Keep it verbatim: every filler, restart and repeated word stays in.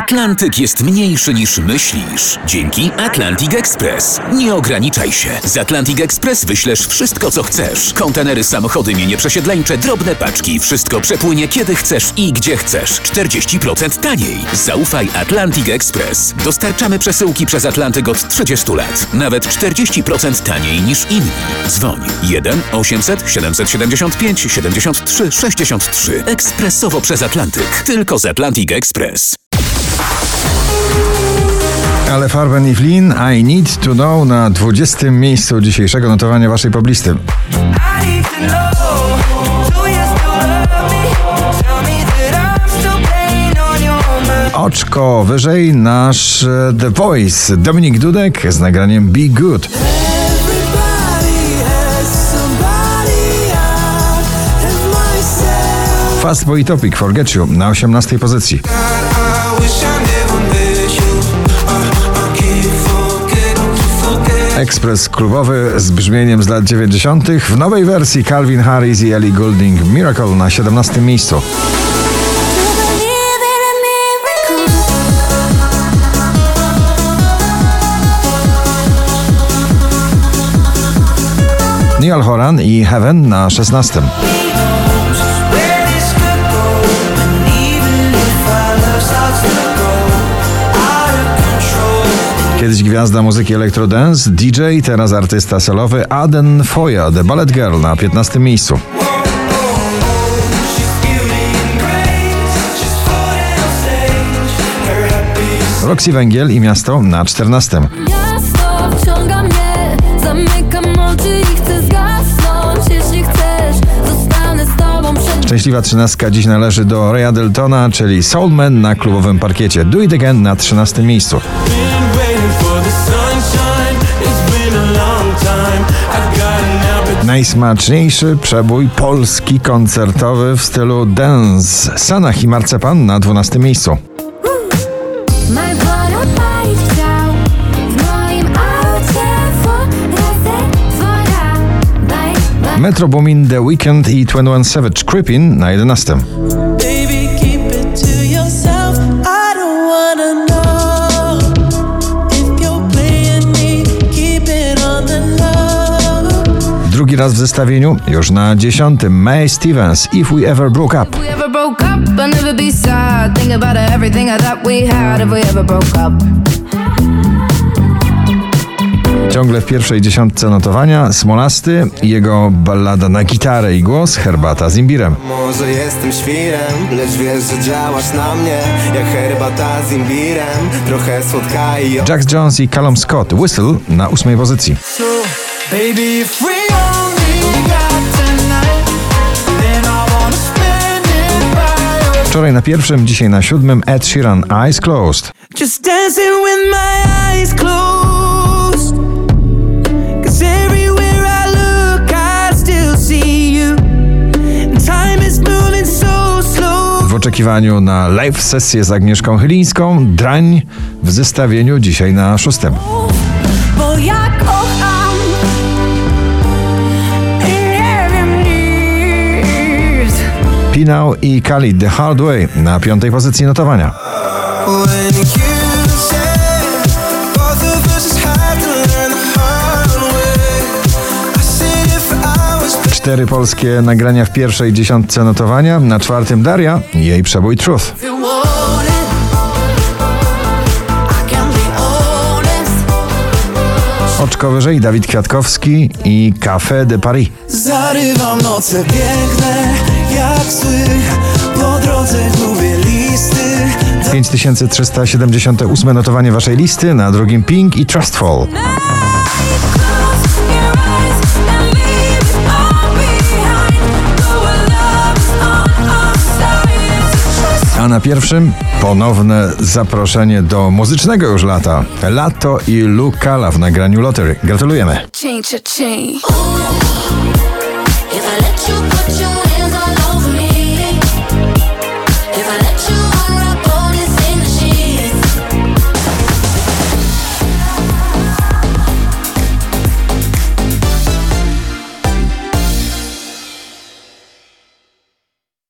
Atlantyk jest mniejszy niż myślisz. Dzięki Atlantic Express. Nie ograniczaj się. Z Atlantic Express wyślesz wszystko, co chcesz. Kontenery, samochody, mienie przesiedleńcze, drobne paczki. Wszystko przepłynie kiedy chcesz i gdzie chcesz. czterdzieści procent taniej. Zaufaj Atlantic Express. Dostarczamy przesyłki przez Atlantyk od trzydziestu lat. Nawet czterdzieści procent taniej niż inni. Dzwoń jeden osiemset siedemset siedemdziesiąt pięć siedemdziesiąt trzy sześćdziesiąt trzy. Ekspresowo przez Atlantyk. Tylko z Atlantic Express. Ale Farben i Flynn, I Need to Know na dwudziestym miejscu dzisiejszego notowania waszej poblisty. Oczko wyżej nasz The Voice Dominik Dudek z nagraniem Be Good. Fastboy Topic Forget You na osiemnastej pozycji. Ekspres klubowy z brzmieniem z lat dziewięćdziesiątych w nowej wersji Calvin Harris i Ellie Goulding Miracle na siedemnastym miejscu. Niall Horan i Heaven na szesnastym. Kiedyś gwiazda muzyki elektrodance, D J, teraz artysta solowy Aden Foya, The Ballet Girl na piętnastym miejscu. Roxy Węgiel i Miasto na czternastym. Miasto wciąga mnie, zamykam oczy i chcę zgasnąć. Jeśli chcesz, zostanę z tobą wszędzie. Szczęśliwa trzynastka dziś należy do Raya Deltona, czyli Soulman na klubowym parkiecie. Do It Again na trzynastym miejscu. Najsmaczniejszy przebój polski koncertowy w stylu dance. Sanach i Marcepan na dwunastym miejscu. Metro Boomin, The Weeknd i dwadzieścia jeden Savage Creepin na jedenastym. Drugi raz w zestawieniu, już na dziesiątym, Mae Stevens, If We Ever Broke Up. Ciągle w pierwszej dziesiątce notowania Smolasty i jego ballada na gitarę i głos Herbata z imbirem. Może jestem świrem, lecz wiesz, że działasz na mnie jak herbata z imbirem, trochę słodka i... Jax Jones i Callum Scott, Whistle na ósmej pozycji. So, baby, if we only got tonight, then I wanna spend it by your... Wczoraj na pierwszym, dzisiaj na siódmym Ed Sheeran, Eyes Closed. Just dancing with my eyes closed, 'cause everywhere I look I still see you, and time is moving so slow. W oczekiwaniu na live sesję z Agnieszką Chylińską, Drań w zestawieniu dzisiaj na szóstym. Bo ja kocham i nie wiem nic. Pinał i Khalid The Hard Way na piątej pozycji notowania. Cztery polskie nagrania w pierwszej dziesiątce notowania, na czwartym Daria i jej przebój Truth. Oczko wyżej Dawid Kwiatkowski i Café de Paris. Zarywam noce piękne jak sły, po drodze gubię listy. pięć tysięcy trzysta siedemdziesiąte ósme notowanie waszej listy, na drugim Pink i Trustful. A na pierwszym ponowne zaproszenie do muzycznego już lata. Lato i Luke Calla w nagraniu Lottery. Gratulujemy. Change, change.